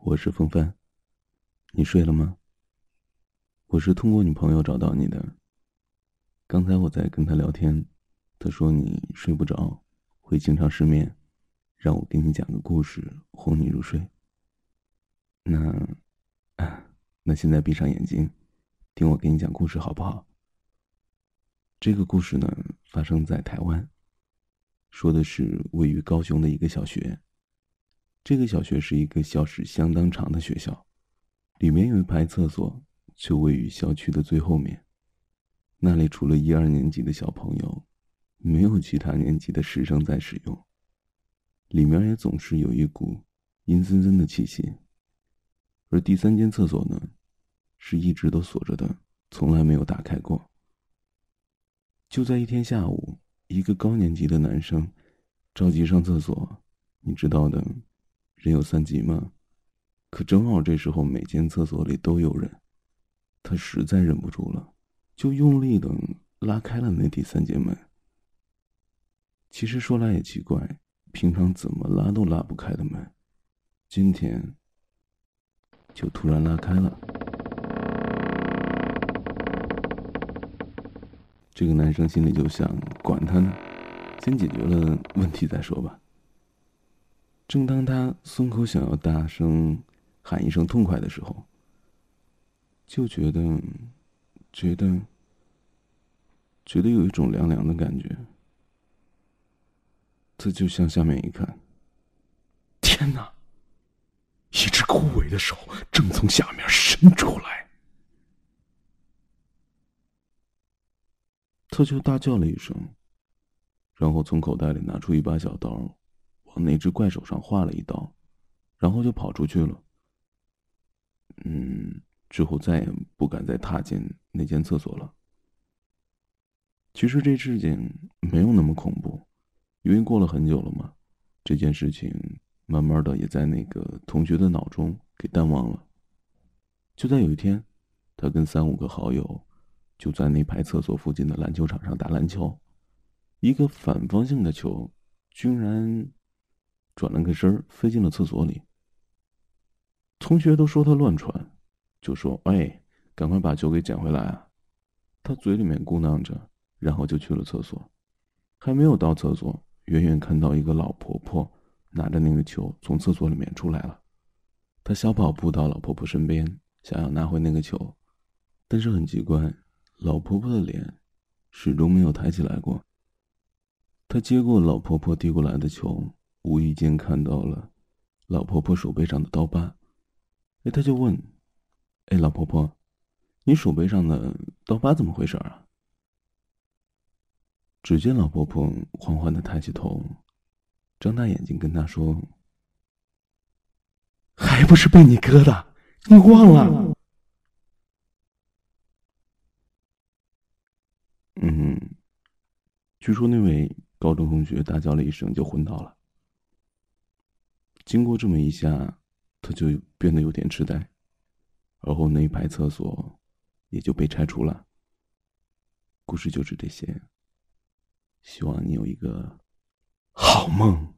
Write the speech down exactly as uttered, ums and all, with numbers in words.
我是风帆，你睡了吗？我是通过女朋友找到你的。刚才我在跟她聊天，她说你睡不着，会经常失眠，让我给你讲个故事哄你入睡。那，啊，那现在闭上眼睛，听我给你讲故事好不好？这个故事呢，发生在台湾，说的是位于高雄的一个小学。这个小学是一个校史相当长的学校，里面有一排厕所，就位于校区的最后面。那里除了一二年级的小朋友，没有其他年级的师生在使用。里面也总是有一股阴森森的气息。而第三间厕所呢，是一直都锁着的，从来没有打开过。就在一天下午，一个高年级的男生着急上厕所，你知道的，人有三急吗？可正好这时候每间厕所里都有人，他实在忍不住了，就用力的拉开了那第三间门。其实说来也奇怪，平常怎么拉都拉不开的门，今天就突然拉开了。这个男生心里就想，管他呢，先解决了问题再说吧。正当他松口想要大声喊一声痛快的时候，就觉得觉得觉得有一种凉凉的感觉。他就向下面一看，天哪，一只枯萎的手正从下面伸出来。他就大叫了一声，然后从口袋里拿出一把小刀，往那只怪手上划了一刀，然后就跑出去了。嗯，之后再也不敢再踏进那间厕所了。其实这事情没有那么恐怖，因为过了很久了嘛，这件事情慢慢的也在那个同学的脑中给淡忘了。就在有一天，他跟三五个好友就在那排厕所附近的篮球场上打篮球，一个反方向的球居然转了个身飞进了厕所里。同学都说他乱传，就说：哎，赶快把球给捡回来啊。他嘴里面咕囔着，然后就去了厕所。还没有到厕所，远远看到一个老婆婆拿着那个球从厕所里面出来了。他小跑步到老婆婆身边，想要拿回那个球，但是很奇怪，老婆婆的脸始终没有抬起来过。他接过老婆婆递过来的球，无意间看到了老婆婆手背上的刀疤。哎，他就问：哎，老婆婆，你手背上的刀疤怎么回事啊？只见老婆婆缓缓地抬起头，张大眼睛跟他说：还不是被你割的，你忘了？嗯，据说那位高中同学大叫了一声就昏倒了。经过这么一下，他就变得有点痴呆，而后那一排厕所也就被拆除了。故事就是这些，希望你有一个好梦。